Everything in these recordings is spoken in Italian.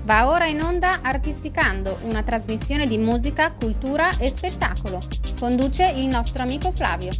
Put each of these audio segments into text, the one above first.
Va ora in onda Artisticando, una trasmissione di musica, cultura e spettacolo. Conduce il nostro amico Flavio.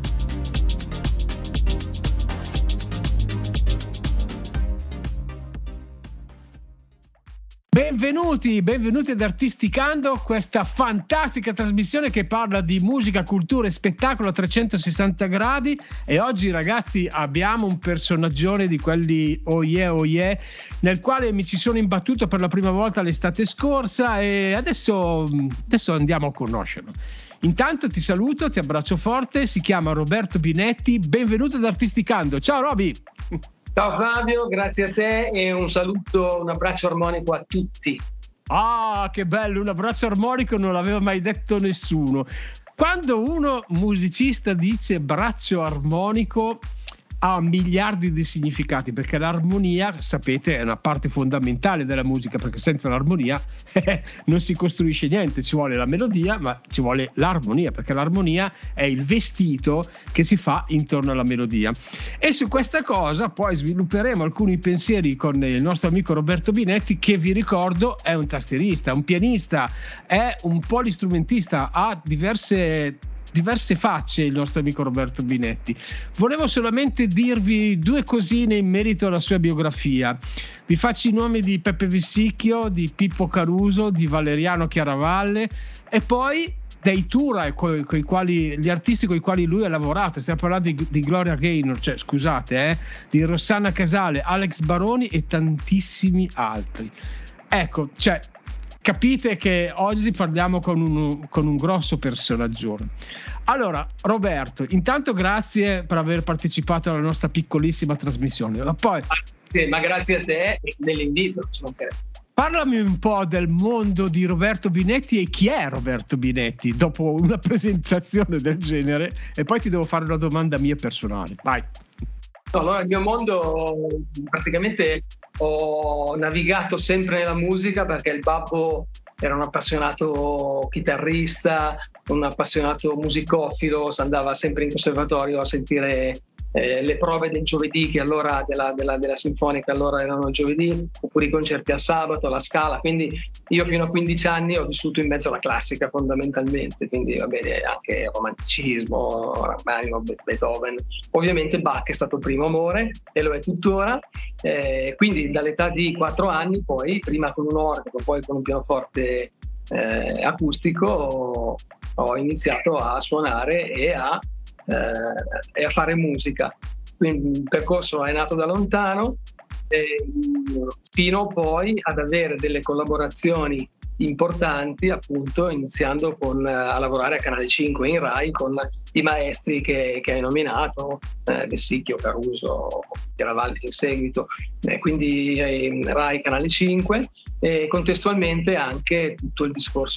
Benvenuti ad Artisticando, questa fantastica trasmissione che parla di musica, cultura e spettacolo a 360 gradi. E oggi, ragazzi, abbiamo un personaggione di quelli oh yeah, nel quale mi ci sono imbattuto per la prima volta l'estate scorsa e adesso andiamo a conoscerlo. Intanto ti saluto, ti abbraccio forte, si chiama Roberto Binetti, benvenuto ad Artisticando. Ciao Roby! Ciao Flavio, grazie a te e un saluto, un abbraccio armonico a tutti. Ah, che bello, un abbraccio armonico non l'aveva mai detto nessuno. Quando uno musicista dice braccio armonico ha miliardi di significati, perché l'armonia, sapete, è una parte fondamentale della musica, perché senza l'armonia non si costruisce niente, ci vuole la melodia, ma ci vuole l'armonia, perché l'armonia è il vestito che si fa intorno alla melodia. E su questa cosa poi svilupperemo alcuni pensieri con il nostro amico Roberto Binetti, che vi ricordo è un tastierista, un pianista, è un polistrumentista, ha diverse facce il nostro amico Roberto Binetti. Volevo solamente dirvi due cosine in merito alla sua biografia. Vi faccio i nomi di Peppe Vissicchio, di Pippo Caruso, di Valeriano Chiaravalle e poi dei tour coi quali gli artisti con i quali lui ha lavorato. Stiamo parlando di Gloria Gaynor, di Rossana Casale, Alex Baroni e tantissimi altri. Ecco, capite che oggi parliamo con un grosso personaggio. Allora, Roberto, intanto grazie per aver partecipato alla nostra piccolissima trasmissione. Ma poi, ma grazie a te dell'invito. Parlami un po' del mondo di Roberto Binetti e chi è Roberto Binetti dopo una presentazione del genere, e poi ti devo fare una domanda mia personale. Vai. Allora, il mio mondo, praticamente ho navigato sempre nella musica perché il babbo era un appassionato chitarrista, un appassionato musicofilo, si andava sempre in conservatorio a sentire le prove del giovedì, che allora della sinfonica allora erano il giovedì, oppure i concerti a sabato, alla Scala. Quindi io fino a 15 anni ho vissuto in mezzo alla classica fondamentalmente, quindi va bene anche romanticismo, Rachmaninoff, Beethoven. Ovviamente Bach è stato il primo amore e lo è tuttora, quindi dall'età di 4 anni poi, prima con un organo, poi con un pianoforte acustico, ho iniziato a suonare e a fare musica. Quindi il percorso è nato da lontano, fino poi ad avere delle collaborazioni importanti, appunto iniziando a lavorare a Canale 5 in Rai con i maestri che hai nominato, Vessicchio, Caruso, Chiaravalli in seguito, quindi Rai, Canale 5, e contestualmente anche tutto il discorso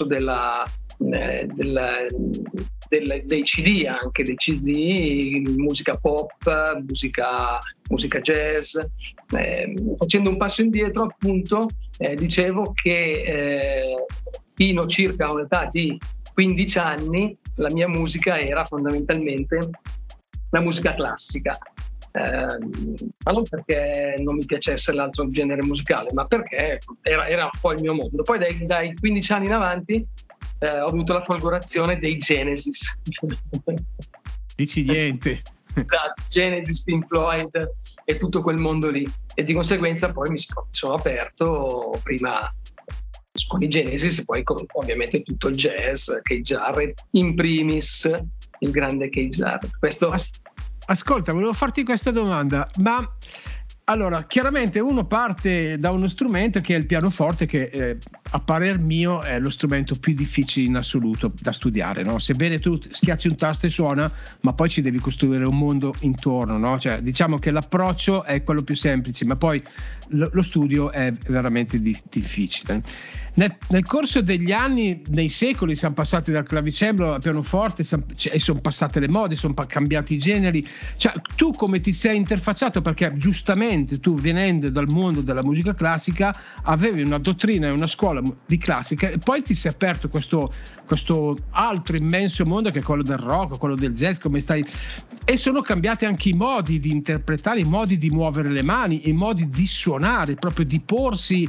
dei CD, anche dei CD, musica pop, musica jazz. Facendo un passo indietro, appunto, dicevo che fino circa un'età di 15 anni la mia musica era fondamentalmente la musica classica, ma non perché non mi piacesse l'altro genere musicale, ma perché era un po' il mio mondo. Poi dai 15 anni in avanti ho avuto la folgorazione dei Genesis. Dici niente. Esatto, Genesis, Pink Floyd e tutto quel mondo lì, e di conseguenza poi mi sono aperto prima con i Genesis e poi con ovviamente tutto il jazz, Keith Jarrett in primis, il grande Keith Jarrett. Ascolta, volevo farti questa domanda, ma allora, chiaramente uno parte da uno strumento che è il pianoforte, che a parer mio è lo strumento più difficile in assoluto da studiare, no? Sebbene tu schiacci un tasto e suona, ma poi ci devi costruire un mondo intorno, no? Cioè, diciamo che l'approccio è quello più semplice, ma poi lo studio è veramente difficile. Nel corso degli anni, nei secoli, siamo passati dal clavicembalo al pianoforte e sono passate le mode, sono cambiati i generi. Cioè, tu come ti sei interfacciato? Perché giustamente tu, venendo dal mondo della musica classica, avevi una dottrina e una scuola di classica, e poi ti sei aperto questo altro immenso mondo che è quello del rock, quello del jazz, e sono cambiati anche i modi di interpretare, i modi di muovere le mani, i modi di suonare, proprio di porsi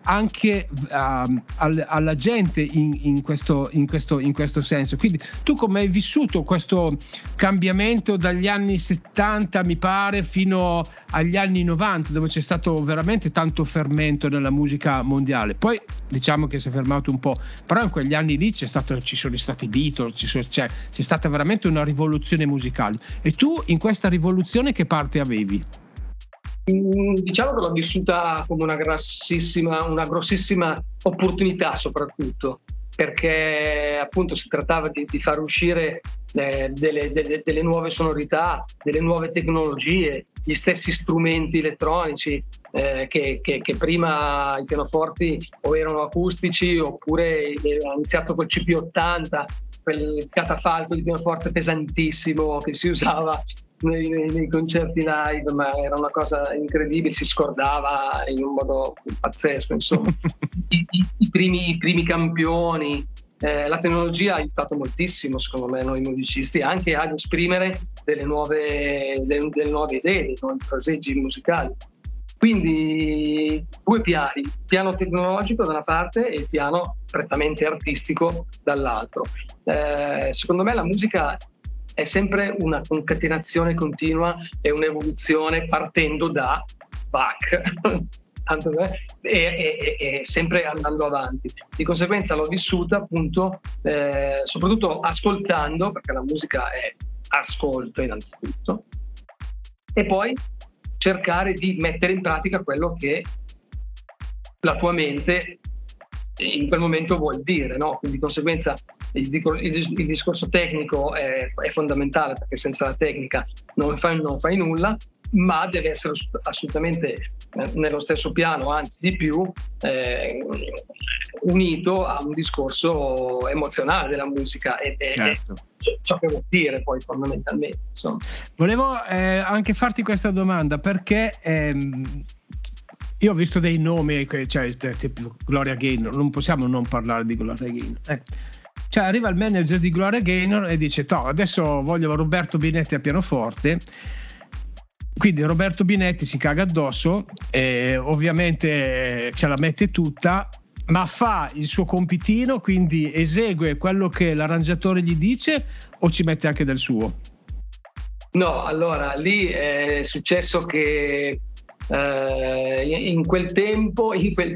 anche alla gente in questo senso. Quindi tu come hai vissuto questo cambiamento dagli anni 70 mi pare fino agli anni 90, dove c'è stato veramente tanto fermento nella musica mondiale? Poi diciamo che si è fermato un po', però in quegli anni lì ci sono stati i Beatles, c'è stata veramente una rivoluzione musicale. E tu in questa rivoluzione che parte avevi? Diciamo che l'ho vissuta come una grossissima opportunità, soprattutto perché appunto si trattava di far uscire delle nuove sonorità, delle nuove tecnologie, gli stessi strumenti elettronici che prima i pianoforti o erano acustici oppure ha iniziato col CP80, quel catafalco di pianoforte pesantissimo che si usava nei concerti live, ma era una cosa incredibile, si scordava in un modo pazzesco, insomma. I primi campioni, la tecnologia ha aiutato moltissimo secondo me noi musicisti anche ad esprimere delle nuove idee, dei nuovi fraseggi musicali. Quindi due piani, il piano tecnologico da una parte e il piano prettamente artistico dall'altro. Secondo me la musica è sempre una concatenazione continua e un'evoluzione partendo da Bach e sempre andando avanti. Di conseguenza l'ho vissuta appunto soprattutto ascoltando, perché la musica è ascolto innanzitutto, e poi cercare di mettere in pratica quello che la tua mente in quel momento vuol dire, no? Quindi di conseguenza il discorso tecnico è fondamentale, perché senza la tecnica non fai nulla, ma deve essere assolutamente nello stesso piano, anzi di più, unito a un discorso emozionale della musica e certo. Ciò che vuol dire poi fondamentalmente, insomma. Volevo anche farti questa domanda, perché io ho visto dei nomi, cioè tipo Gloria Gaynor, non possiamo non parlare di Gloria Gaynor. Cioè arriva il manager di Gloria Gaynor e dice: adesso voglio Roberto Binetti a pianoforte. Quindi Roberto Binetti si caga addosso e ovviamente ce la mette tutta, ma fa il suo compitino, quindi esegue quello che l'arrangiatore gli dice, o ci mette anche del suo? No, allora lì è successo che in quel tempo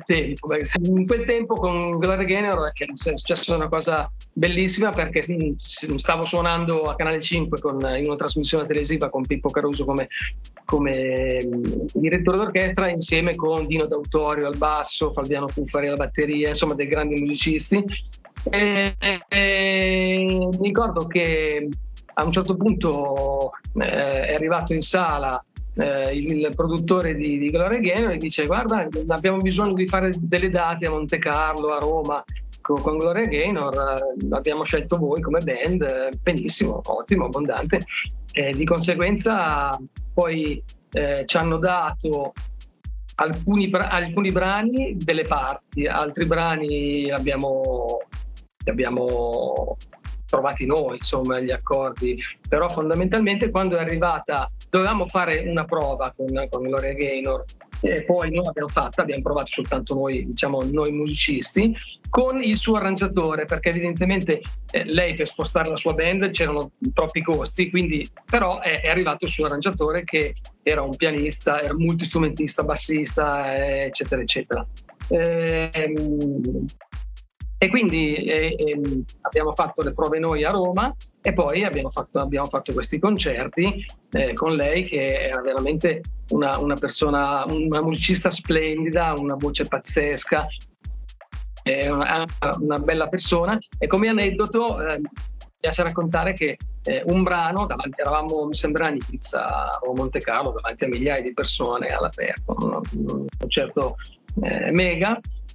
con Gloria Gaynor è successa una cosa bellissima, perché stavo suonando a Canale 5 in una trasmissione televisiva con Pippo Caruso come direttore d'orchestra, insieme con Dino D'Autorio al basso, Fabiano Cuffari alla batteria, insomma dei grandi musicisti, e mi ricordo che a un certo punto è arrivato in sala il produttore di Gloria Gaynor e dice: guarda, abbiamo bisogno di fare delle date a Monte Carlo, a Roma con Gloria Gaynor, abbiamo scelto voi come band, benissimo, ottimo, abbondante. Di conseguenza poi ci hanno dato alcuni brani delle parti, altri brani li abbiamo trovati noi, insomma, gli accordi. Però fondamentalmente quando è arrivata, dovevamo fare una prova con Gloria Gaynor, e poi non l'abbiamo fatta, abbiamo provato soltanto noi, diciamo noi musicisti, con il suo arrangiatore, perché evidentemente lei, per spostare la sua band c'erano troppi costi, quindi però è arrivato il suo arrangiatore, che era un pianista, era multistrumentista, bassista, eccetera eccetera. E quindi abbiamo fatto le prove noi a Roma, e poi abbiamo fatto questi concerti con lei, che era veramente una persona, una musicista splendida, una voce pazzesca, una bella persona. E come aneddoto mi piace raccontare che un brano, eravamo mi sembra a Nizza o Monte Carlo, davanti a migliaia di persone all'aperto, un concerto mega,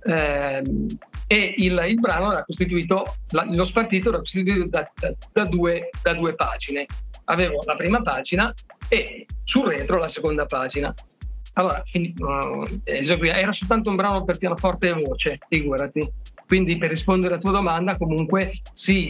e il brano era costituito, lo spartito era costituito da due pagine. Avevo la prima pagina e sul retro la seconda pagina. Allora era soltanto un brano per pianoforte e voce, figurati. Quindi per rispondere alla tua domanda, comunque sì,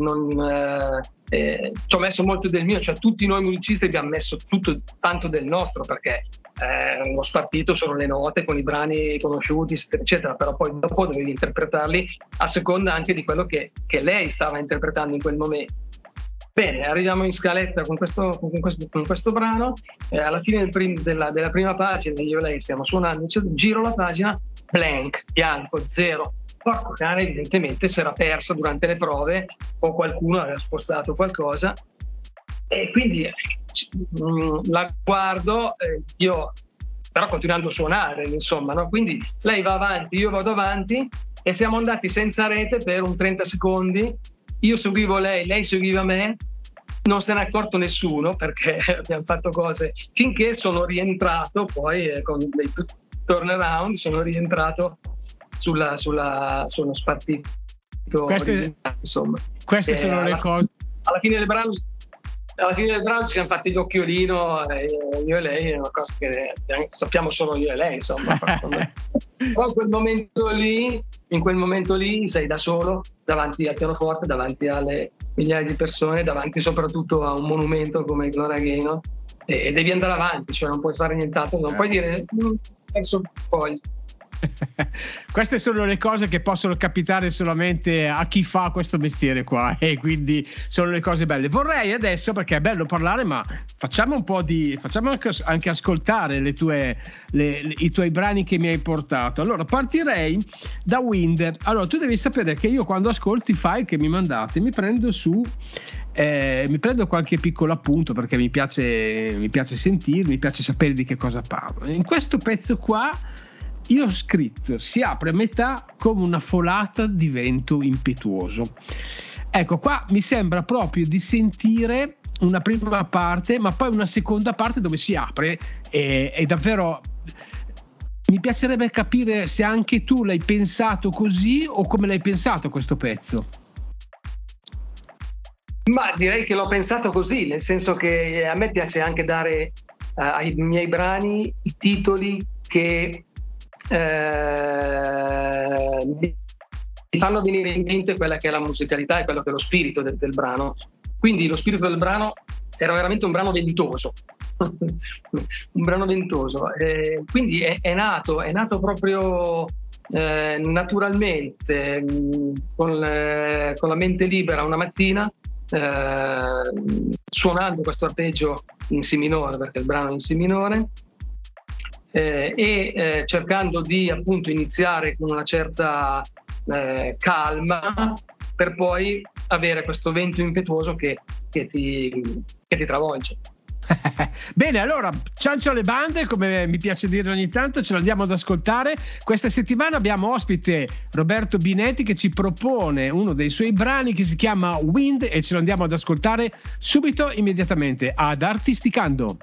ci ho messo molto del mio, cioè tutti noi musicisti abbiamo messo tanto del nostro, perché uno spartito sono le note con i brani conosciuti, eccetera, eccetera, però poi dopo dovevi interpretarli a seconda anche di quello che lei stava interpretando in quel momento. Bene, arriviamo in scaletta con questo brano, alla fine della prima pagina io e lei stiamo suonando, giro la pagina, blank, bianco, zero. Porco cane, evidentemente si era persa durante le prove o qualcuno aveva spostato qualcosa, e quindi la guardo, io però continuando a suonare, insomma, no? Quindi lei va avanti, io vado avanti e siamo andati senza rete per un 30 secondi, io seguivo lei seguiva me, non se n'è accorto nessuno perché abbiamo fatto cose, finché sono rientrato poi con dei turnaround, sono rientrato sullo spartito originale, insomma. Queste sono le cose. Alla fine del brano ci siamo fatti l'occhiolino, io e lei, è una cosa che sappiamo solo io e lei, insomma. Però in quel momento lì sei da solo davanti al pianoforte, davanti alle migliaia di persone, davanti soprattutto a un monumento come Gloria Gaynor, e devi andare avanti, cioè non puoi fare nient'altro, non puoi dire perso fogli. Queste sono le cose che possono capitare solamente a chi fa questo mestiere qua, e quindi sono le cose belle. Vorrei adesso, perché è bello parlare, ma facciamo anche ascoltare i tuoi brani che mi hai portato. Allora partirei da Wind. Allora tu devi sapere che io quando ascolto i file che mi mandate mi prendo qualche piccolo appunto, perché mi piace sentirmi, mi piace sapere di che cosa parlo. In questo pezzo qua io ho scritto: si apre a metà come una folata di vento impetuoso. Ecco, qua mi sembra proprio di sentire una prima parte, ma poi una seconda parte dove si apre, e davvero mi piacerebbe capire se anche tu l'hai pensato così o come l'hai pensato questo pezzo. Ma direi che l'ho pensato così, nel senso che a me piace anche dare ai miei brani i titoli che mi fanno venire in mente quella che è la musicalità e quello che è lo spirito del brano. Quindi lo spirito del brano era veramente un brano ventoso, un brano ventoso. Quindi è nato proprio naturalmente, con la mente libera una mattina, suonando questo arpeggio in si minore, perché il brano è in si minore, e cercando di appunto iniziare con una certa calma, per poi avere questo vento impetuoso che ti travolge. Bene, allora ciancio alle bande, come mi piace dire ogni tanto, ce l'andiamo ad ascoltare. Questa settimana abbiamo ospite Roberto Binetti che ci propone uno dei suoi brani che si chiama Wind, e ce lo andiamo ad ascoltare subito, immediatamente, ad Artisticando.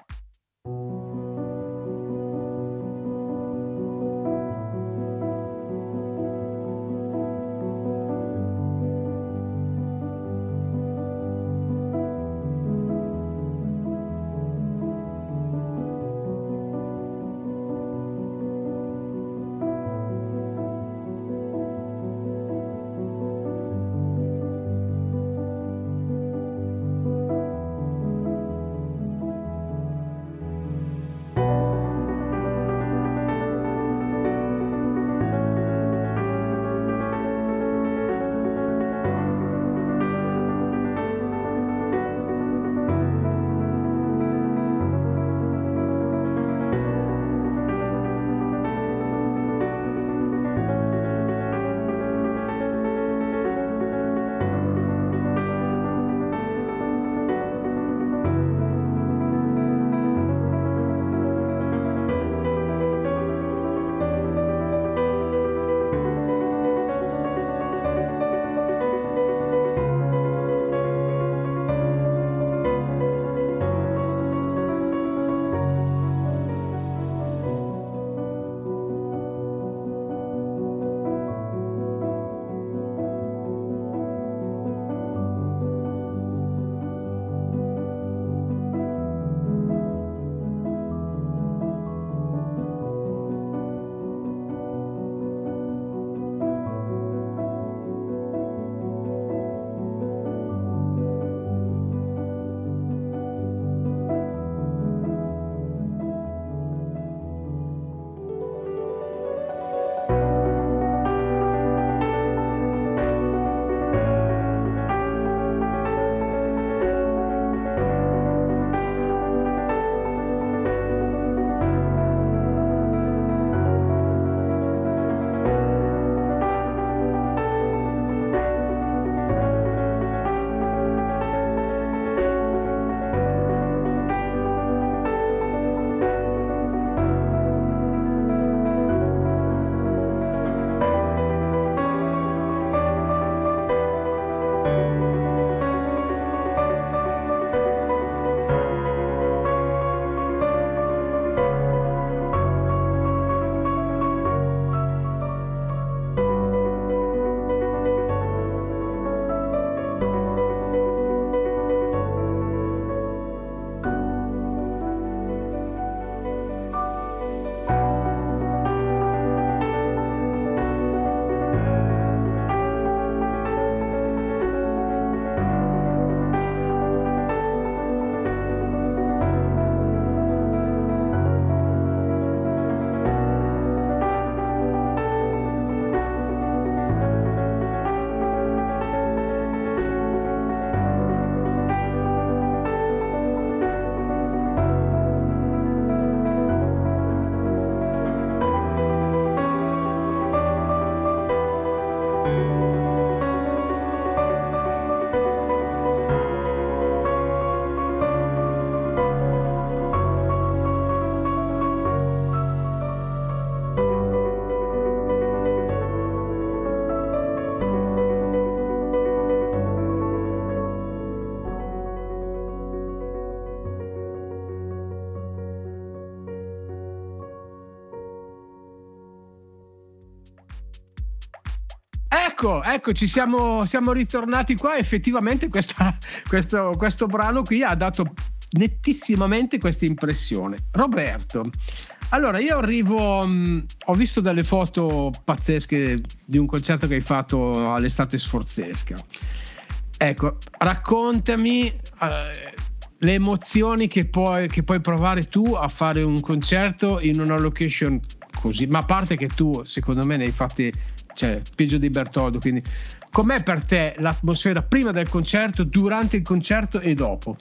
Ecco, siamo ritornati qua. Effettivamente questo brano qui ha dato nettissimamente questa impressione. Roberto, allora io ho visto delle foto pazzesche di un concerto che hai fatto all'Estate Sforzesca. Ecco, raccontami le emozioni che puoi provare tu a fare un concerto in una location così, ma a parte che tu secondo me ne hai fatti, cioè, peggio di Bertoldo, quindi com'è per te l'atmosfera prima del concerto, durante il concerto e dopo?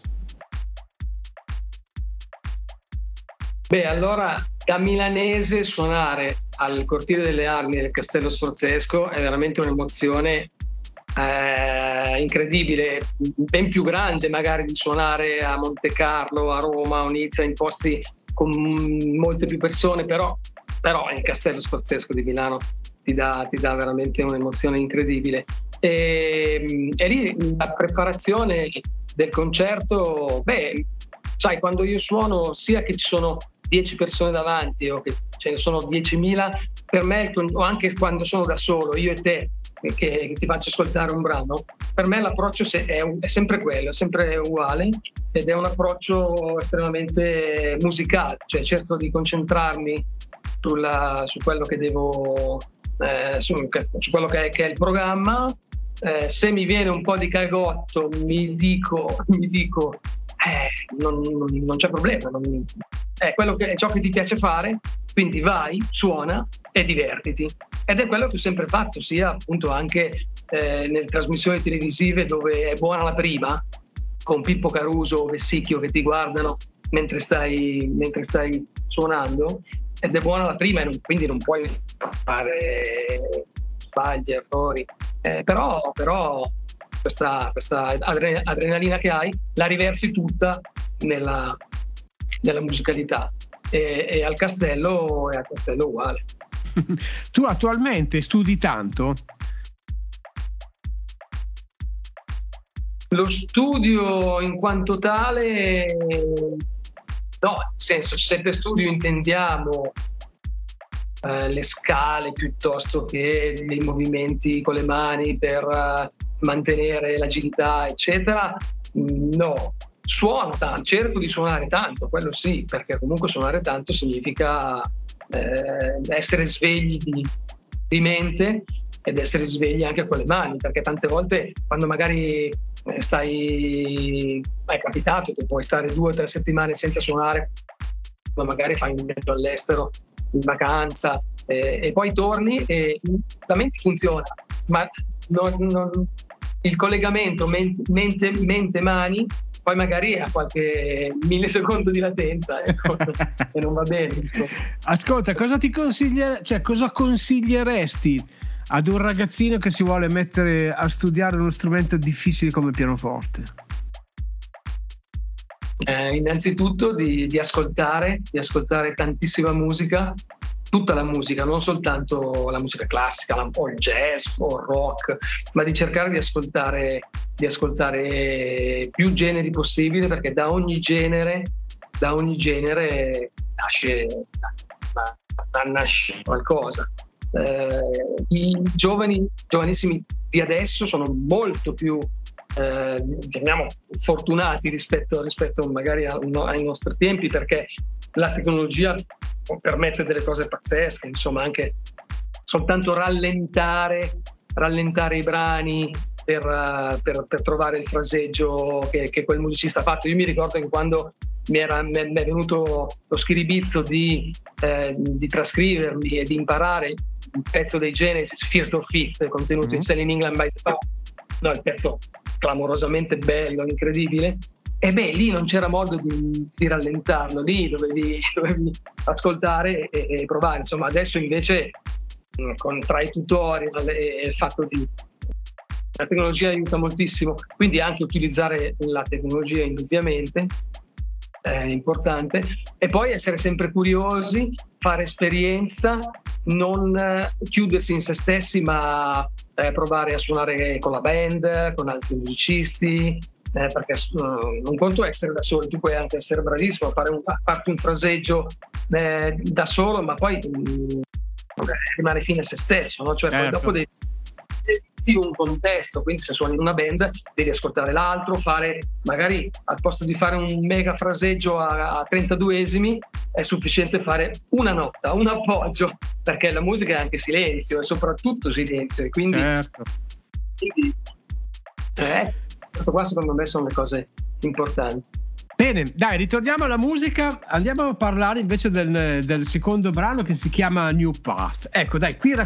Beh, allora da milanese suonare al Cortile delle Armi del Castello Sforzesco è veramente un'emozione incredibile, ben più grande magari di suonare a Monte Carlo, a Roma, a Nizza, in posti con molte più persone, però il Castello Sforzesco di Milano ti dà veramente un'emozione incredibile. E lì la preparazione del concerto, sai, quando io suono, sia che ci sono 10 persone davanti o che ce ne sono 10.000, per me, o anche quando sono da solo, io e te, che ti faccio ascoltare un brano, per me l'approccio è sempre quello, è sempre uguale, ed è un approccio estremamente musicale, cioè cerco di concentrarmi su quello che devo, su quello che è il programma. Se mi viene un po' di cagotto mi dico non c'è problema, è ciò che ti piace fare, quindi vai, suona e divertiti. Ed è quello che ho sempre fatto, sia appunto anche nelle trasmissioni televisive dove è buona la prima, con Pippo Caruso o Vessicchio che ti guardano mentre stai suonando, ed è buona la prima e quindi non puoi fare sbagli, errori. Però questa adrenalina che hai la riversi tutta nella musicalità, e al castello uguale. Tu attualmente studi tanto? Lo studio in quanto tale no, nel senso, se per studio intendiamo le scale piuttosto che dei movimenti con le mani per mantenere l'agilità, eccetera, no. Suono tanto, cerco di suonare tanto, quello sì, perché comunque suonare tanto significa essere svegli di mente ed essere svegli anche con le mani, perché tante volte quando magari è capitato che puoi stare 2 o 3 settimane senza suonare, ma magari fai un viaggio all'estero in vacanza e poi torni e la mente funziona, ma il collegamento mente-mani poi magari ha qualche millisecondo di latenza, ecco, e non va bene. Ascolta, cosa consiglieresti ad un ragazzino che si vuole mettere a studiare uno strumento difficile come il pianoforte? Innanzitutto di ascoltare tantissima musica, tutta la musica, non soltanto la musica classica o il jazz o il rock, ma di cercare di ascoltare più generi possibile, perché da ogni genere nasce qualcosa. I giovanissimi di adesso sono molto più chiamiamo fortunati rispetto magari ai nostri tempi, perché la tecnologia permette delle cose pazzesche, insomma, anche soltanto rallentare i brani per trovare il fraseggio che quel musicista ha fatto. Io mi ricordo che quando mi è venuto lo schiribizzo di trascrivermi e di imparare il pezzo dei Genesis, First of Fifth, contenuto in Selling England by the Pound, il pezzo clamorosamente bello, incredibile, e lì non c'era modo di rallentarlo, lì dovevi ascoltare e provare. Insomma, adesso invece tra i tutorial e il fatto la tecnologia aiuta moltissimo, quindi anche utilizzare la tecnologia indubbiamente è importante, e poi essere sempre curiosi, fare esperienza, non chiudersi in se stessi, ma provare a suonare con la band, con altri musicisti, perché un conto è essere da solo, tu puoi anche essere bravissimo a farti un fraseggio da solo, ma poi rimane fine a se stesso, no? Cioè, poi dopo devi un contesto, quindi se suoni in una band devi ascoltare l'altro, fare magari al posto di fare un mega fraseggio a 32esimi è sufficiente fare una nota, un appoggio, perché la musica è anche silenzio e soprattutto silenzio, e quindi, certo. Questo qua secondo me sono le cose importanti. Bene, dai, ritorniamo alla musica, andiamo a parlare invece del secondo brano che si chiama New Path. Ecco, dai, qui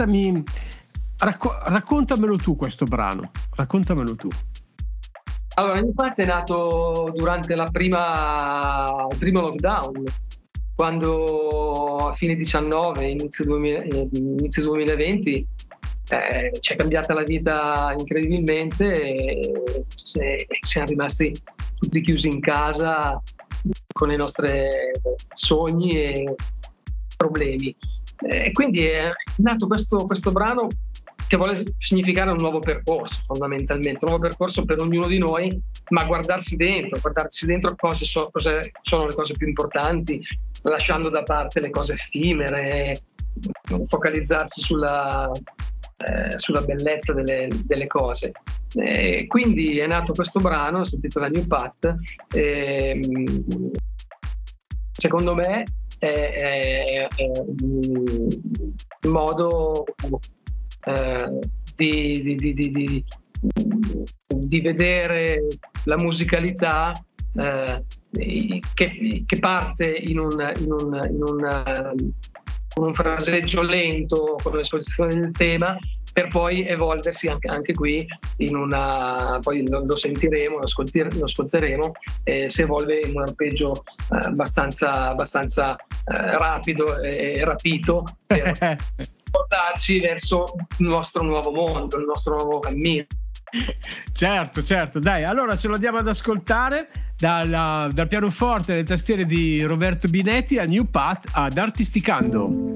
raccontamelo tu questo brano, raccontamelo tu. Allora, New Path è nato durante il primo lockdown, quando a fine 19, inizio 2020 ci è cambiata la vita incredibilmente e siamo rimasti tutti chiusi in casa con i nostri sogni e problemi. Quindi è nato questo brano che vuole significare un nuovo percorso, fondamentalmente, un nuovo percorso per ognuno di noi, ma guardarsi dentro cosa sono le cose più importanti, lasciando da parte le cose effimere, focalizzarsi sulla bellezza delle cose. Quindi è nato questo brano, si intitola New Path. Secondo me è un modo di vedere la musicalità che parte in un fraseggio lento con l'esposizione del tema, per poi evolversi anche qui in poi lo sentiremo, lo ascolteremo, si evolve in un arpeggio abbastanza rapido e rapito per portarci verso il nostro nuovo mondo, il nostro nuovo cammino. Certo, dai, allora ce lo andiamo ad ascoltare dal pianoforte e le tastiere di Roberto Binetti a New Path ad Artisticando.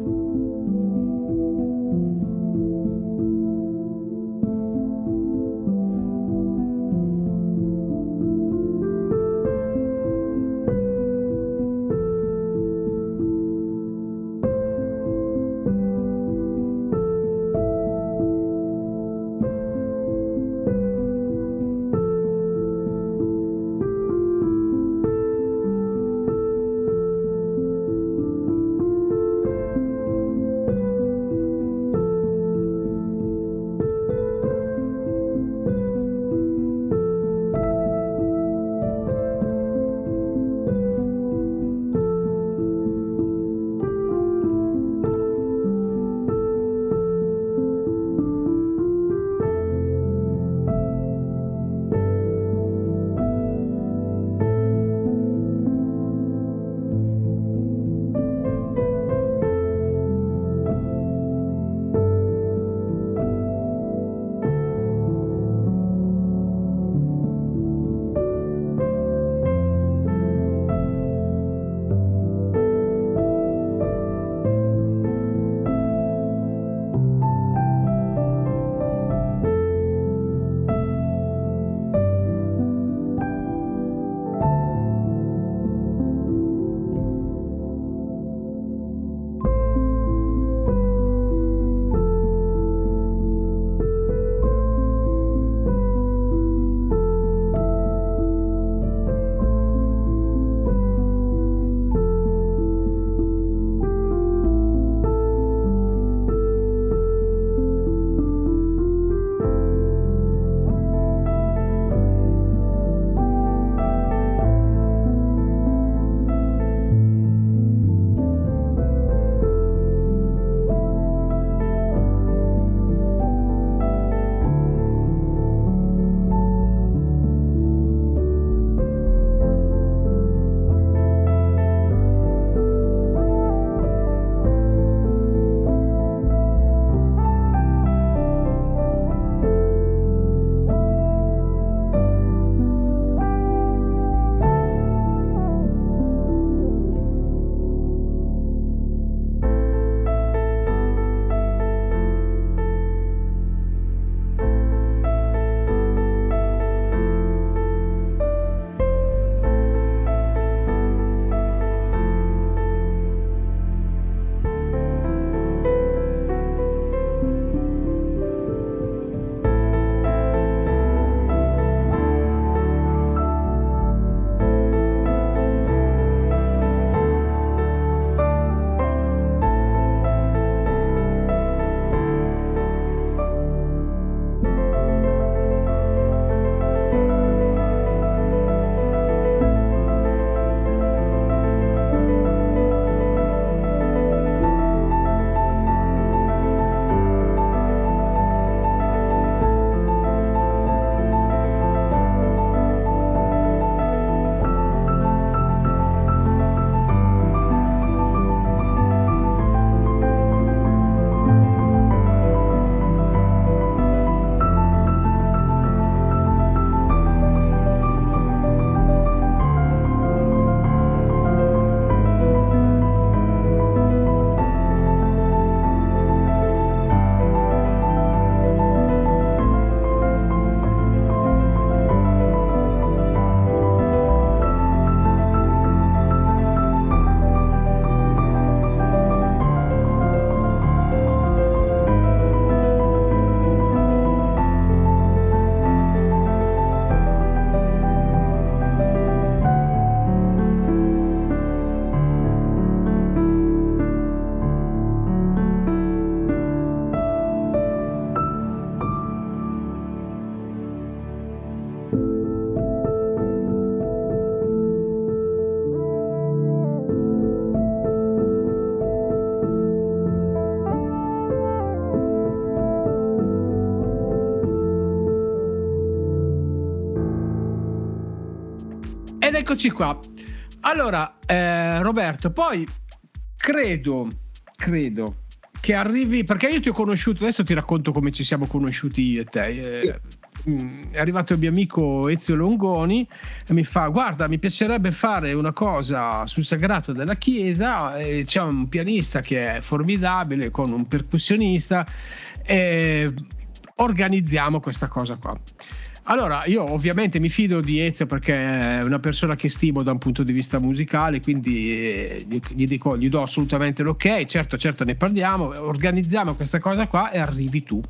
eccoci qua. Allora, Roberto, poi credo che arrivi, perché io ti ho conosciuto, adesso ti racconto come ci siamo conosciuti io e te. È arrivato il mio amico Ezio Longoni e mi fa: guarda, mi piacerebbe fare una cosa sul sagrato della chiesa, e c'è un pianista che è formidabile con un percussionista, e organizziamo questa cosa qua. Allora, io ovviamente mi fido di Ezio perché è una persona che stimo da un punto di vista musicale, quindi gli do assolutamente l'ok. Certo, ne parliamo, organizziamo questa cosa qua e arrivi tu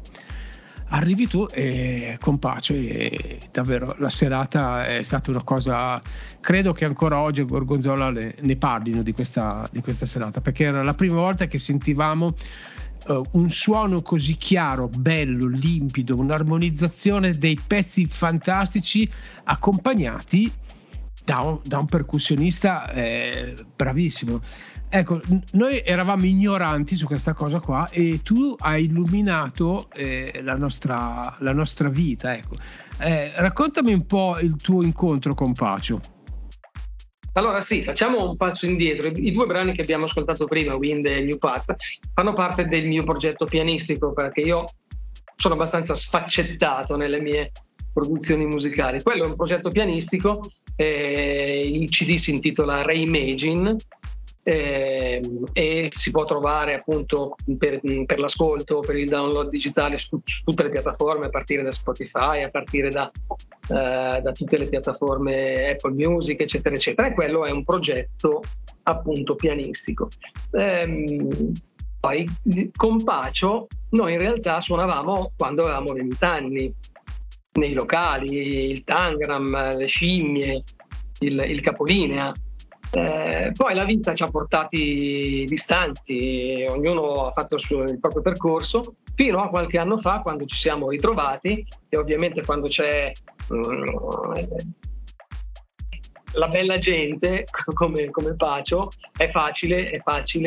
e con Pacio, e davvero la serata è stata una cosa, credo che ancora oggi a Gorgonzola ne parlino di questa serata, perché era la prima volta che sentivamo un suono così chiaro, bello, limpido, un'armonizzazione dei pezzi fantastici accompagnati da un percussionista bravissimo. Ecco, noi eravamo ignoranti su questa cosa qua e tu hai illuminato la nostra vita. Ecco. Raccontami un po' il tuo incontro con Pacio. Allora sì, facciamo un passo indietro. I due brani che abbiamo ascoltato prima, Wind e New Path, fanno parte del mio progetto pianistico, perché io sono abbastanza sfaccettato nelle mie produzioni musicali. Quello è un progetto pianistico, il CD si intitola Reimagine, e si può trovare appunto per l'ascolto, per il download digitale su tutte le piattaforme, a partire da Spotify, a partire da tutte le piattaforme Apple Music, eccetera eccetera. E quello è un progetto appunto pianistico. Poi con Pacio noi in realtà suonavamo quando avevamo 20 anni nei locali, il Tangram, le Scimmie, il Capolinea. Poi la vita ci ha portati distanti, ognuno ha fatto il proprio percorso, fino a qualche anno fa, quando ci siamo ritrovati, e ovviamente quando c'è la bella gente come Pacio, è facile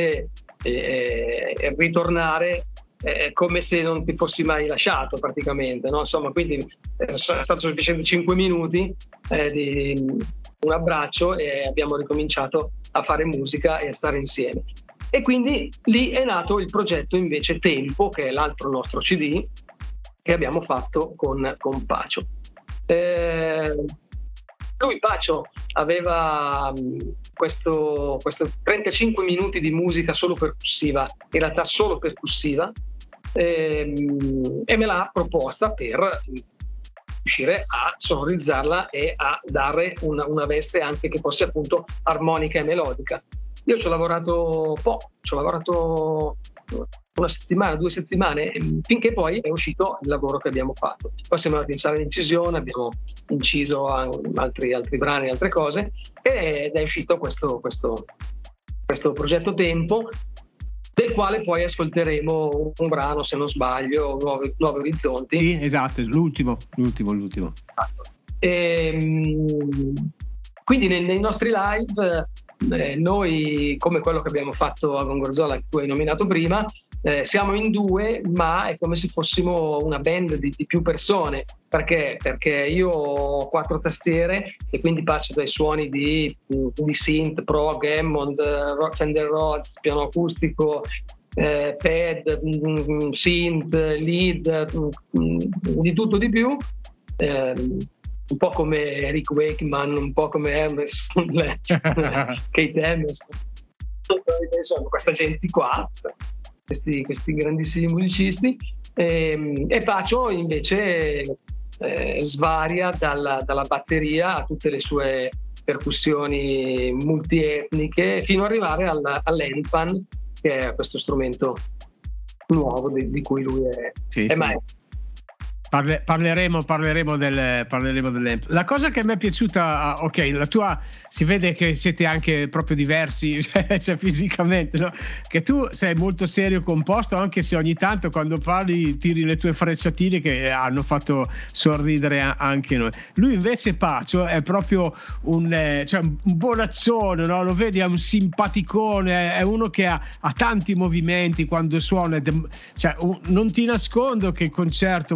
ritornare come se non ti fossi mai lasciato praticamente, no? Insomma, quindi è stato sufficiente 5 minuti di un abbraccio e abbiamo ricominciato a fare musica e a stare insieme. E quindi lì è nato il progetto invece Tempo, che è l'altro nostro CD che abbiamo fatto con Pacio. Lui, Pacio, aveva questo 35 minuti di musica solo percussiva, in realtà solo percussiva, e me l'ha proposta per riuscire a sonorizzarla e a dare una veste anche che fosse appunto armonica e melodica. Io ci ho lavorato una settimana, 2 settimane, finché poi è uscito il lavoro che abbiamo fatto. Poi siamo andati in sala di incisione, abbiamo inciso altri brani, altre cose, ed è uscito questo progetto Tempo, del quale poi ascolteremo un brano, se non sbaglio, Nuovi Orizzonti. Sì, esatto, l'ultimo. Quindi nei nostri live noi, come quello che abbiamo fatto a Gorgonzola, che tu hai nominato prima, siamo in 2, ma è come se fossimo una band di più persone, perché io ho 4 tastiere e quindi passo dai suoni di synth, prog, Hammond, Fender Rhodes, piano acustico, pad, synth, lead, di tutto di più, un po' come Rick Wakeman, un po' come Emerson, Kate Emerson, insomma questa gente qua, questi grandissimi musicisti, e Pacio invece svaria dalla batteria a tutte le sue percussioni multietniche, fino ad arrivare all'Endpan, che è questo strumento nuovo di cui lui è maestro. Parleremo dell'amp. La cosa che mi è piaciuta, ok, la tua, si vede che siete anche proprio diversi, cioè fisicamente, no? Che tu sei molto serio e composto, anche se ogni tanto quando parli tiri le tue frecciatine che hanno fatto sorridere anche noi. Lui invece, Pacio, è proprio un bonaccione, no? Lo vedi, è un simpaticone, è uno che ha tanti movimenti quando suona, cioè non ti nascondo che il concerto vostro è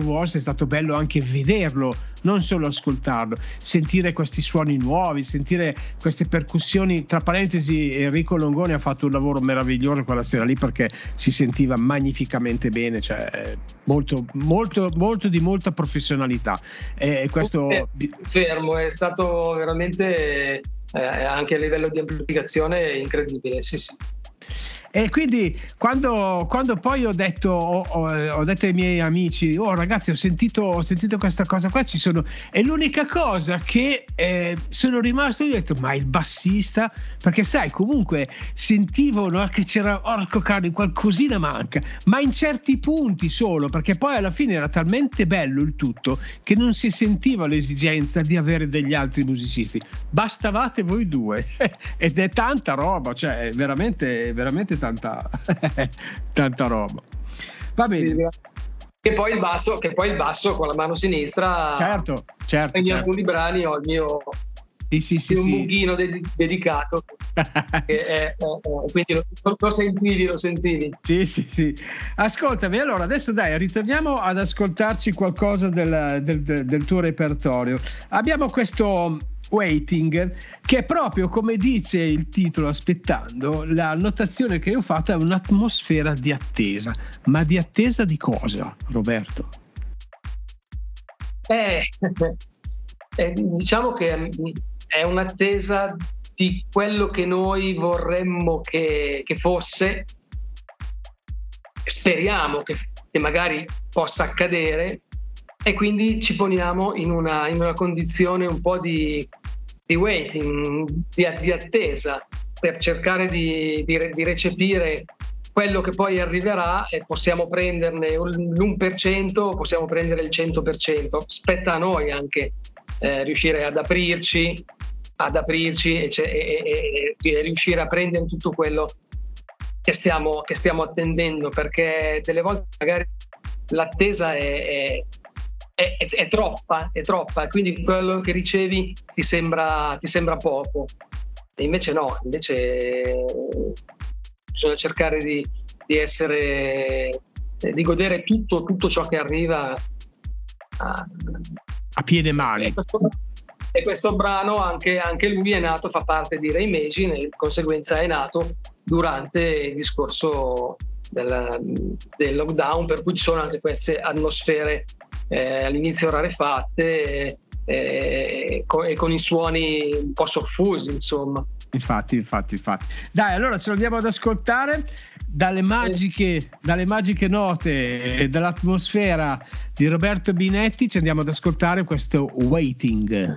stato bello anche vederlo, non solo ascoltarlo, sentire questi suoni nuovi, sentire queste percussioni. Tra parentesi, Enrico Longoni ha fatto un lavoro meraviglioso quella sera lì, perché si sentiva magnificamente bene, cioè molto di molta professionalità. Questo fermo, è stato veramente anche a livello di amplificazione incredibile, sì. E quindi quando poi ho detto ai miei amici, ragazzi, ho sentito questa cosa qua, è l'unica cosa che sono rimasto, io ho detto, ma il bassista, perché sai, comunque sentivo, no, che c'era, orco cane, qualcosina manca, ma in certi punti solo, perché poi alla fine era talmente bello il tutto che non si sentiva l'esigenza di avere degli altri musicisti, bastavate voi due ed è tanta roba, cioè veramente tanta roba. Va bene. Che poi il basso con la mano sinistra, certo, in alcuni brani ho il mio un buchino dedicato quindi lo sentivi. Sì. Ascoltami, allora adesso dai, ritorniamo ad ascoltarci qualcosa del tuo repertorio. Abbiamo questo Waiting, che è proprio come dice il titolo, aspettando. La notazione che io ho fatto è un'atmosfera di attesa. Ma di attesa di cosa, Roberto? Diciamo che è un'attesa di quello che noi vorremmo che fosse, speriamo che magari possa accadere, e quindi ci poniamo in una condizione un po' di waiting, di attesa, per cercare di recepire quello che poi arriverà, e possiamo prenderne l'1%, possiamo prendere il 100%. Spetta a noi anche riuscire ad aprirci e riuscire a prendere tutto quello che stiamo attendendo, perché delle volte magari l'attesa è troppa, quindi quello che ricevi ti sembra poco, e invece no, bisogna cercare di godere tutto ciò che arriva a piene mani. E questo brano anche lui è nato, fa parte di Reimagine, e di conseguenza è nato durante il discorso del lockdown, per cui ci sono anche queste atmosfere all'inizio rarefatte e con i suoni un po' soffusi, insomma. Infatti. Dai, allora ce lo andiamo ad ascoltare dalle magiche note e dall'atmosfera di Roberto Binetti. Ci andiamo ad ascoltare questo Waiting.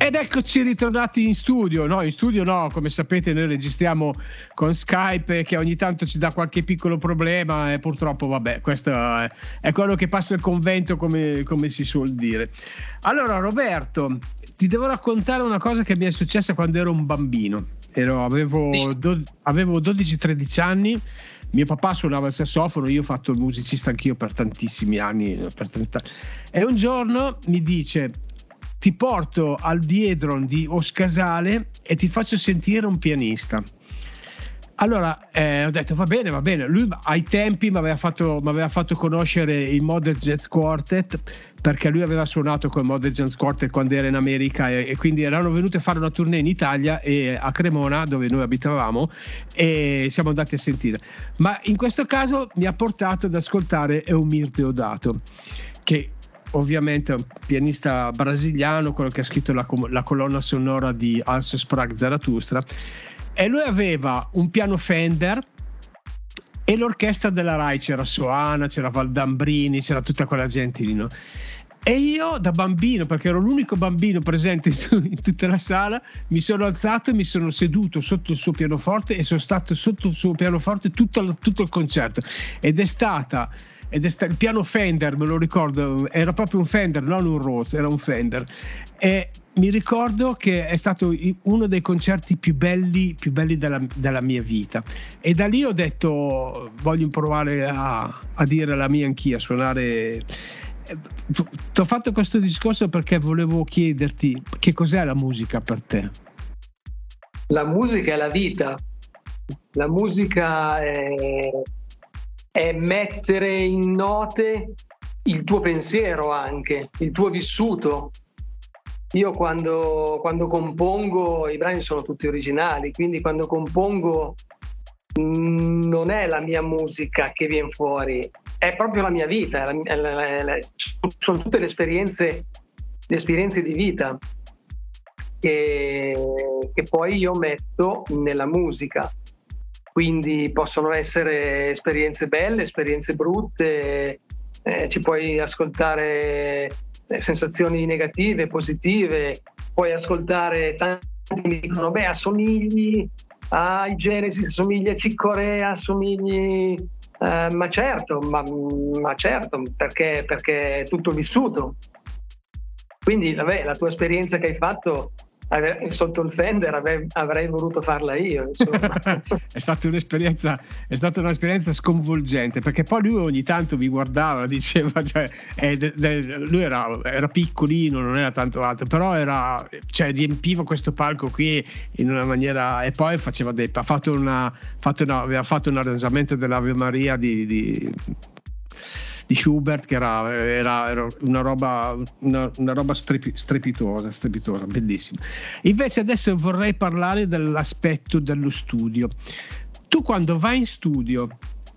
Ed eccoci ritornati in studio. No, in studio no, come sapete noi registriamo con Skype che ogni tanto ci dà qualche piccolo problema e purtroppo vabbè, questo è quello che passa il convento, come si suol dire. Allora Roberto, ti devo raccontare una cosa che mi è successa quando ero un bambino. Avevo 12-13 anni. Mio papà suonava il sassofono, io ho fatto il musicista anch'io per tantissimi anni, per 30 anni. E un giorno mi dice: ti porto al Diedron di Oscasale e ti faccio sentire un pianista. Allora ho detto va bene. Lui ai tempi mi aveva fatto conoscere il Modern Jazz Quartet, perché lui aveva suonato con il Modern Jazz Quartet quando era in America e quindi erano venuti a fare una tournée in Italia e a Cremona, dove noi abitavamo, e siamo andati a sentire. Ma in questo caso mi ha portato ad ascoltare Eumir Deodato, che ovviamente è un pianista brasiliano, quello che ha scritto la colonna sonora di Also sprach Zarathustra, e lui aveva un piano Fender e l'orchestra della Rai, c'era Soana, c'era Valdambrini, c'era tutta quella gente lì, no? E io da bambino, perché ero l'unico bambino presente in tutta la sala, mi sono alzato e mi sono seduto sotto il suo pianoforte e sono stato sotto il suo pianoforte tutto il concerto. Ed è il piano Fender, me lo ricordo, era proprio un Fender, non un Rhodes, era un Fender. E mi ricordo che è stato uno dei concerti più belli della mia vita. E da lì ho detto voglio provare a dire la mia anch'io, a suonare. Ti ho fatto questo discorso perché volevo chiederti che cos'è la musica per te. La musica è la vita. La musica è mettere in note il tuo pensiero, anche il tuo vissuto. Io quando compongo, i brani sono tutti originali, quindi quando compongo non è la mia musica che viene fuori, è proprio la mia vita, sono tutte le esperienze di vita che poi io metto nella musica. Quindi possono essere esperienze belle, esperienze brutte, ci puoi ascoltare sensazioni negative, positive, puoi ascoltare, tanti mi dicono assomigli ai Genesis, assomigli a Chick Corea, assomigli ma certo, perché è tutto vissuto. Quindi la tua esperienza che hai fatto sotto il Fender avrei voluto farla io, insomma. È stata un'esperienza sconvolgente, perché poi lui ogni tanto mi guardava, diceva, lui era piccolino, non era tanto alto, però riempiva questo palco qui in una maniera, e poi aveva fatto un arrangiamento dell'Ave Maria di Schubert, che era una roba strepitosa, bellissima. Invece adesso vorrei parlare dell'aspetto dello studio. Tu quando vai in studio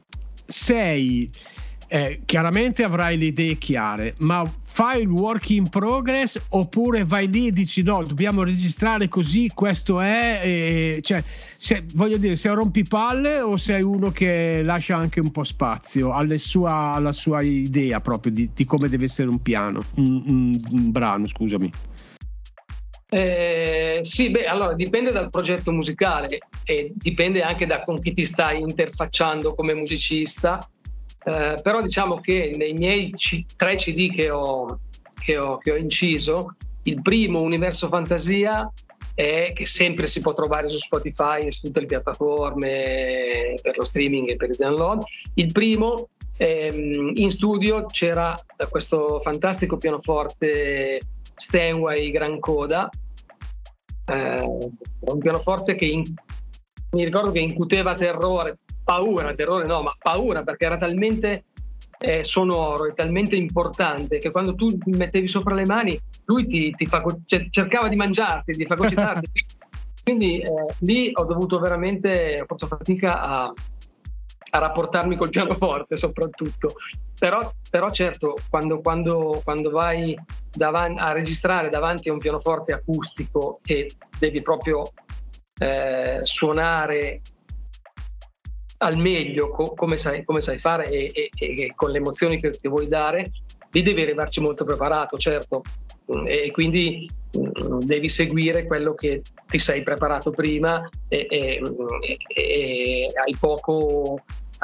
chiaramente avrai le idee chiare, ma fai il work in progress oppure vai lì e dici no, dobbiamo registrare così, questo è, sei un rompipalle o sei uno che lascia anche un po' spazio alla sua idea proprio di come deve essere un piano, un brano, scusami. Allora dipende dal progetto musicale e dipende anche da con chi ti stai interfacciando come musicista. Però diciamo che nei miei 3 CD che ho inciso, il primo, Universo Fantasia, che sempre si può trovare su Spotify e su tutte le piattaforme per lo streaming e per il download. Il primo, in studio c'era questo fantastico pianoforte Steinway Gran Coda, un pianoforte che mi ricordo che incuteva paura, perché era talmente sonoro e talmente importante che quando tu mettevi sopra le mani lui cercava di mangiarti, di fagocitarti. Quindi lì ho dovuto veramente, ho fatto fatica a rapportarmi col pianoforte soprattutto. Però certo, quando vai a registrare davanti a un pianoforte acustico e devi proprio suonare al meglio come sai fare e con le emozioni che vuoi dare, lì devi arrivarci molto preparato, certo. e quindi devi seguire quello che ti sei preparato prima e hai poco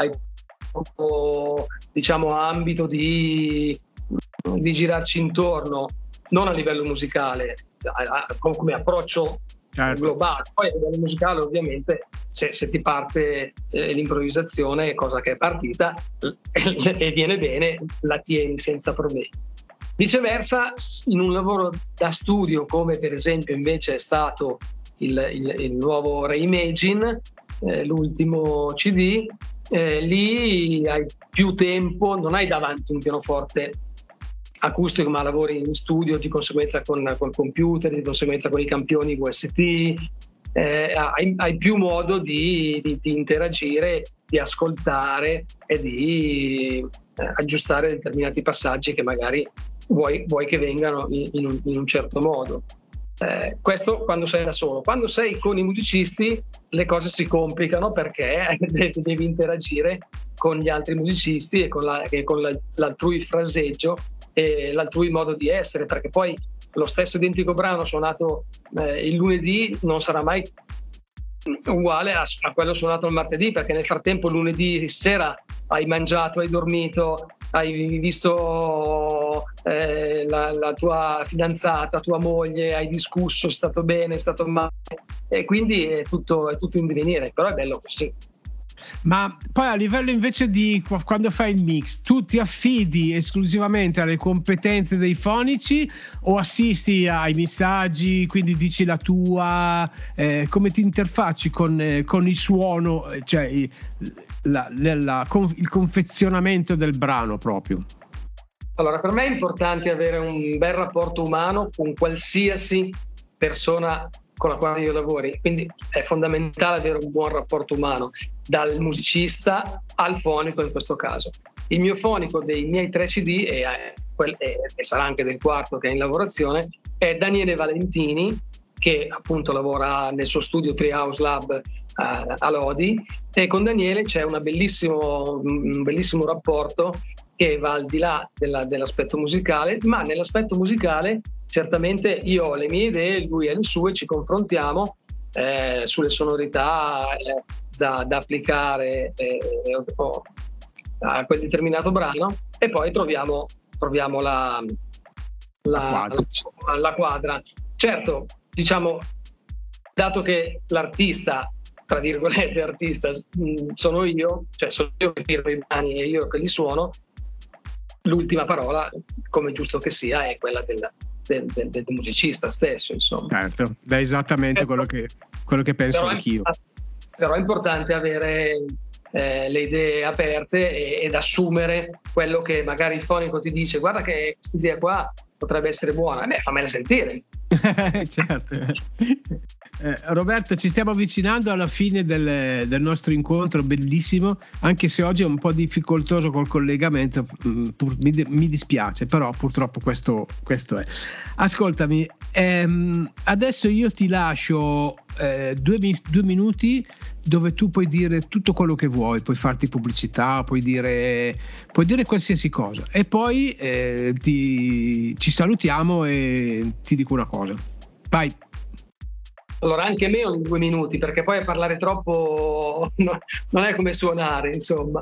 diciamo ambito di girarci intorno, non a livello musicale, come approccio globale. Poi a livello musicale ovviamente se ti parte l'improvvisazione, cosa che è partita e viene bene, la tieni senza problemi. Viceversa, in un lavoro da studio come per esempio invece è stato il nuovo Reimagine, l'ultimo CD, lì hai più tempo, non hai davanti un pianoforte acustico, ma lavori in studio, di conseguenza col computer, di conseguenza con i campioni VST, hai più modo di interagire, di ascoltare e di aggiustare determinati passaggi che magari vuoi che vengano in un certo modo. Questo quando sei da solo. Quando sei con i musicisti le cose si complicano, perché devi interagire con gli altri musicisti e con l'altrui fraseggio e l'altrui modo di essere, perché poi lo stesso identico brano suonato il lunedì non sarà mai uguale a quello suonato il martedì, perché nel frattempo lunedì sera hai mangiato, hai dormito, hai visto la tua fidanzata, tua moglie, hai discusso, è stato bene, è stato male, e quindi è tutto in divenire, però è bello così. Ma poi a livello invece di quando fai il mix, tu ti affidi esclusivamente alle competenze dei fonici o assisti ai messaggi, quindi dici la tua, come ti interfacci con il suono, cioè il confezionamento del brano proprio? Allora, per me è importante avere un bel rapporto umano con qualsiasi persona con la quale io lavori, quindi è fondamentale avere un buon rapporto umano, dal musicista al fonico in questo caso. Il mio fonico dei miei 3 CD e sarà anche del quarto che è in lavorazione è Daniele Valentini, che appunto lavora nel suo studio Treehouse Lab a Lodi, e con Daniele c'è un bellissimo rapporto che va al di là dell'aspetto musicale, ma nell'aspetto musicale certamente io ho le mie idee, lui ha le sue, ci confrontiamo sulle sonorità da applicare a quel determinato brano, e poi troviamo la quadra. Certo, diciamo, dato che l'artista, tra virgolette artista, sono io che tiro i brani e io che li suono, l'ultima parola, come giusto che sia, è quella del musicista stesso, insomma. Certo, è esattamente quello che penso anch'io. Però è importante avere le idee aperte ed assumere quello che magari il fonico ti dice: guarda che questa idea qua potrebbe essere buona, fammela sentire. Certo. Roberto, ci stiamo avvicinando alla fine del nostro incontro bellissimo, anche se oggi è un po' difficoltoso col collegamento, mi dispiace, però purtroppo questo è. Ascoltami, adesso io ti lascio 2 minuti dove tu puoi dire tutto quello che vuoi, puoi farti pubblicità, puoi dire qualsiasi cosa, e poi ci salutiamo e ti dico una cosa. Vai. Allora, anche meno di 2 minuti, perché poi a parlare troppo non è come suonare, insomma.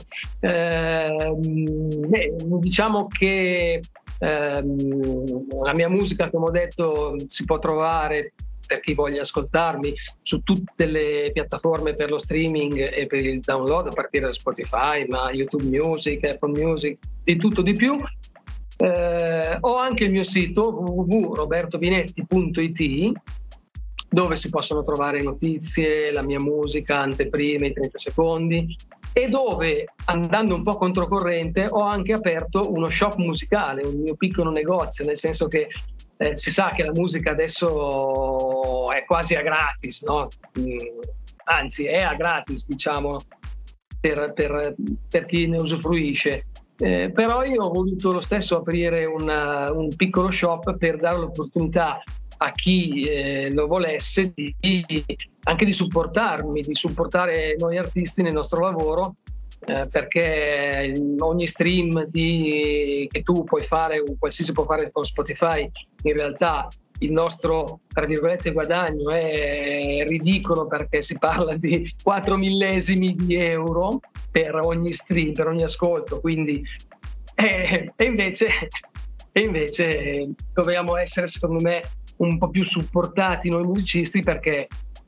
Diciamo che la mia musica, come ho detto, si può trovare, per chi voglia ascoltarmi, su tutte le piattaforme per lo streaming e per il download, a partire da Spotify, ma YouTube Music, Apple Music, di tutto di più. Ho anche il mio sito www.robertobinetti.it, dove si possono trovare notizie, la mia musica, anteprime, i 30 secondi, e dove, andando un po' controcorrente, ho anche aperto uno shop musicale, un mio piccolo negozio, nel senso che si sa che la musica adesso è quasi a gratis, no? Anzi, è a gratis, diciamo, per chi ne usufruisce. Però io ho voluto lo stesso aprire un piccolo shop per dare l'opportunità a chi lo volesse anche di supportarmi, di supportare noi artisti nel nostro lavoro, perché ogni stream che tu puoi fare, qualsiasi può fare con Spotify, in realtà il nostro, tra virgolette, guadagno è ridicolo, perché si parla di 4 millesimi di euro per ogni stream, per ogni ascolto, quindi e invece dobbiamo essere, secondo me, un po' più supportati noi musicisti, perché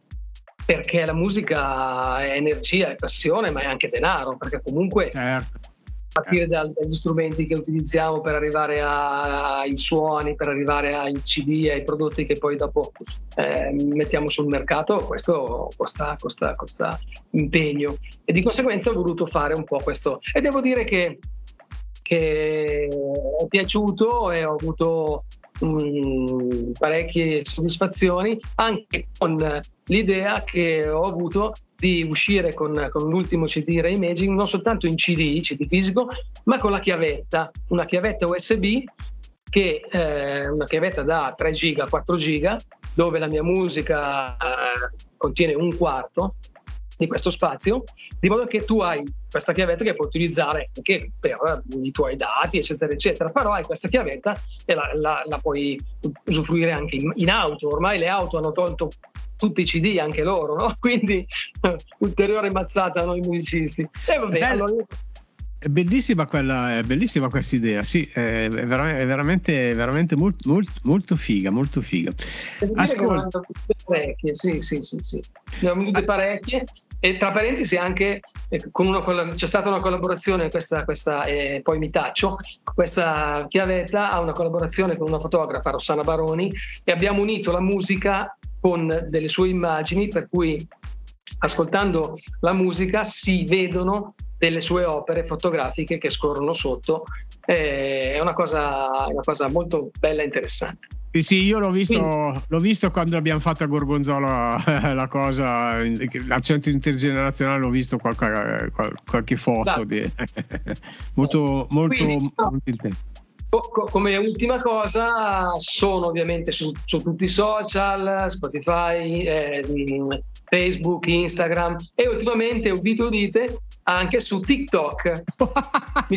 la musica è energia, è passione, ma è anche denaro, perché comunque a partire dagli strumenti che utilizziamo per arrivare ai suoni, per arrivare ai CD, ai prodotti che poi dopo mettiamo sul mercato, questo costa impegno, e di conseguenza ho voluto fare un po' questo, e devo dire che è piaciuto e ho avuto parecchie soddisfazioni, anche con l'idea che ho avuto di uscire con l'ultimo CD Reimaging, non soltanto in CD fisico, ma con la chiavetta, una chiavetta USB, che è una chiavetta da 3 giga a 4 giga, dove la mia musica contiene un quarto di questo spazio, di modo che tu hai questa chiavetta che puoi utilizzare anche per i tuoi dati, eccetera eccetera, però hai questa chiavetta e la puoi usufruire anche in auto. Ormai le auto hanno tolto tutti i CD, anche loro, no? Quindi ulteriore mazzata a noi musicisti. E vabbè, allora... È bellissima questa idea, sì, è veramente molto figa, molto figa. Ascolta, parecchie, sì. Ne ho venute parecchie, e tra parentesi anche c'è stata una collaborazione, questa poi mi taccio, questa chiavetta ha una collaborazione con una fotografa, Rossana Baroni, e abbiamo unito la musica con delle sue immagini, per cui ascoltando la musica si vedono delle sue opere fotografiche che scorrono sotto. È una cosa molto bella e interessante. Sì, io l'ho visto quando abbiamo fatto a Gorgonzola la cosa al centro intergenerazionale, l'ho visto qualche foto molto intenso. Come ultima cosa, sono ovviamente su tutti i social, Spotify, Facebook, Instagram, e ultimamente, udite, anche su TikTok. Mi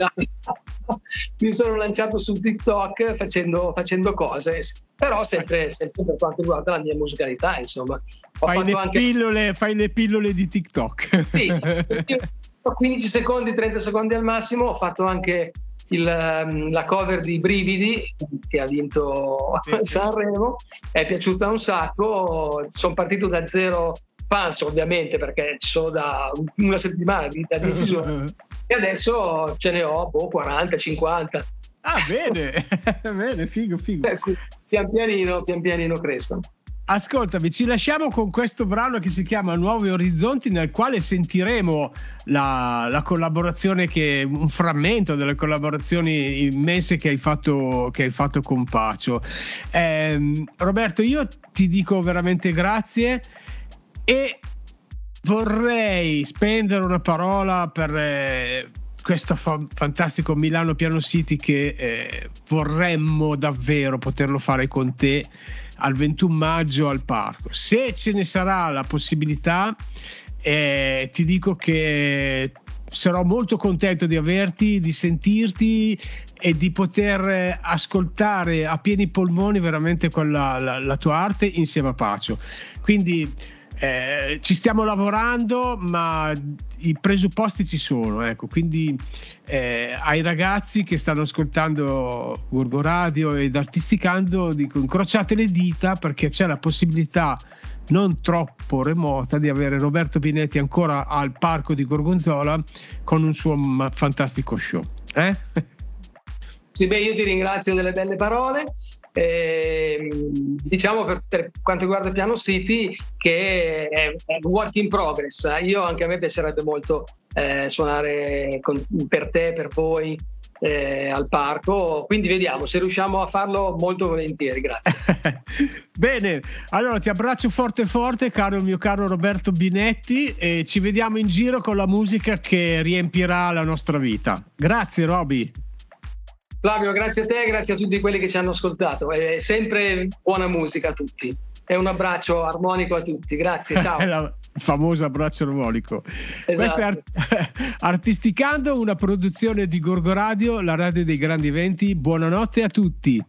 sono lanciato su TikTok facendo cose, però sempre per quanto riguarda la mia musicalità, insomma. Fai le pillole di TikTok. Sì, 15 secondi, 30 secondi al massimo. Ho fatto anche la cover di Brividi, che ha vinto Sanremo, è piaciuta un sacco. Sono partito da zero fans, ovviamente, perché ci sono da una settimana da decisione, e adesso ce ne ho 40, 50. Bene, figo. Pian pianino crescono. Ascoltami, ci lasciamo con questo brano che si chiama Nuovi Orizzonti, nel quale sentiremo la collaborazione, un frammento delle collaborazioni immense che hai fatto con Pacio. Roberto, io ti dico veramente grazie, e vorrei spendere una parola per questo fantastico Milano Piano City, che vorremmo davvero poterlo fare con te al 21 maggio al parco. Se ce ne sarà la possibilità, ti dico che sarò molto contento di averti, di sentirti e di poter ascoltare a pieni polmoni veramente la tua arte insieme a Pacio. Quindi ci stiamo lavorando, ma i presupposti ci sono, ecco. Quindi ai ragazzi che stanno ascoltando Gorgo Radio ed Artisticando dico: incrociate le dita, perché c'è la possibilità non troppo remota di avere Roberto Binetti ancora al parco di Gorgonzola con un suo fantastico show. Sì, io ti ringrazio delle belle parole. Diciamo per quanto riguarda Piano City, che è un work in progress. Anche a me piacerebbe molto suonare per te, per voi, al parco, quindi vediamo se riusciamo a farlo, molto volentieri. Grazie. Bene, allora ti abbraccio forte, mio caro Roberto Binetti, e ci vediamo in giro con la musica che riempirà la nostra vita. Grazie Roby. Flavio, grazie a te, grazie a tutti quelli che ci hanno ascoltato, e sempre buona musica a tutti. e un abbraccio armonico a tutti. Grazie, ciao. Il famoso abbraccio armonico. Esatto. Questo è Artisticando, una produzione di Gorgo Radio, la radio dei grandi eventi. Buonanotte a tutti.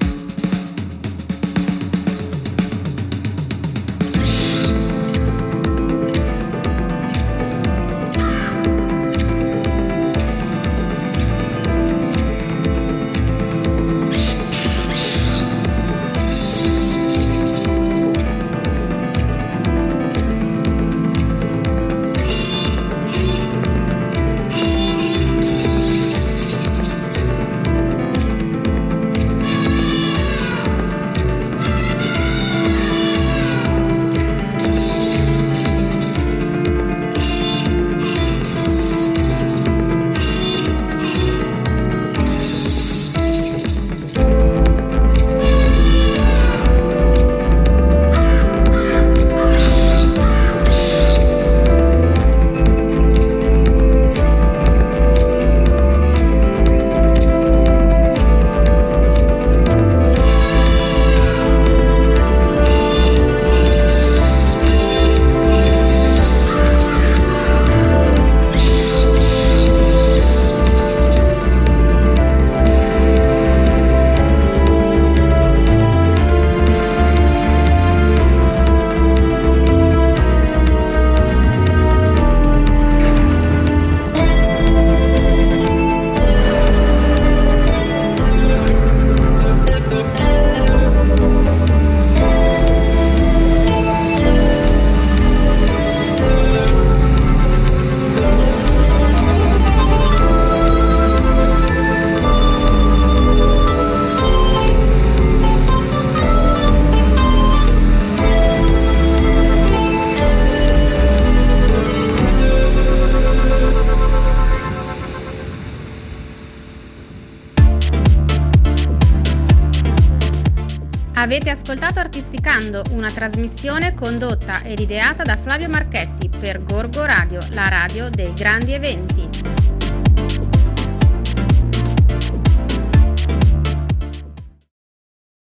Avete ascoltato Artisticando, una trasmissione condotta ed ideata da Flavio Marchetti per Gorgo Radio, la radio dei grandi eventi.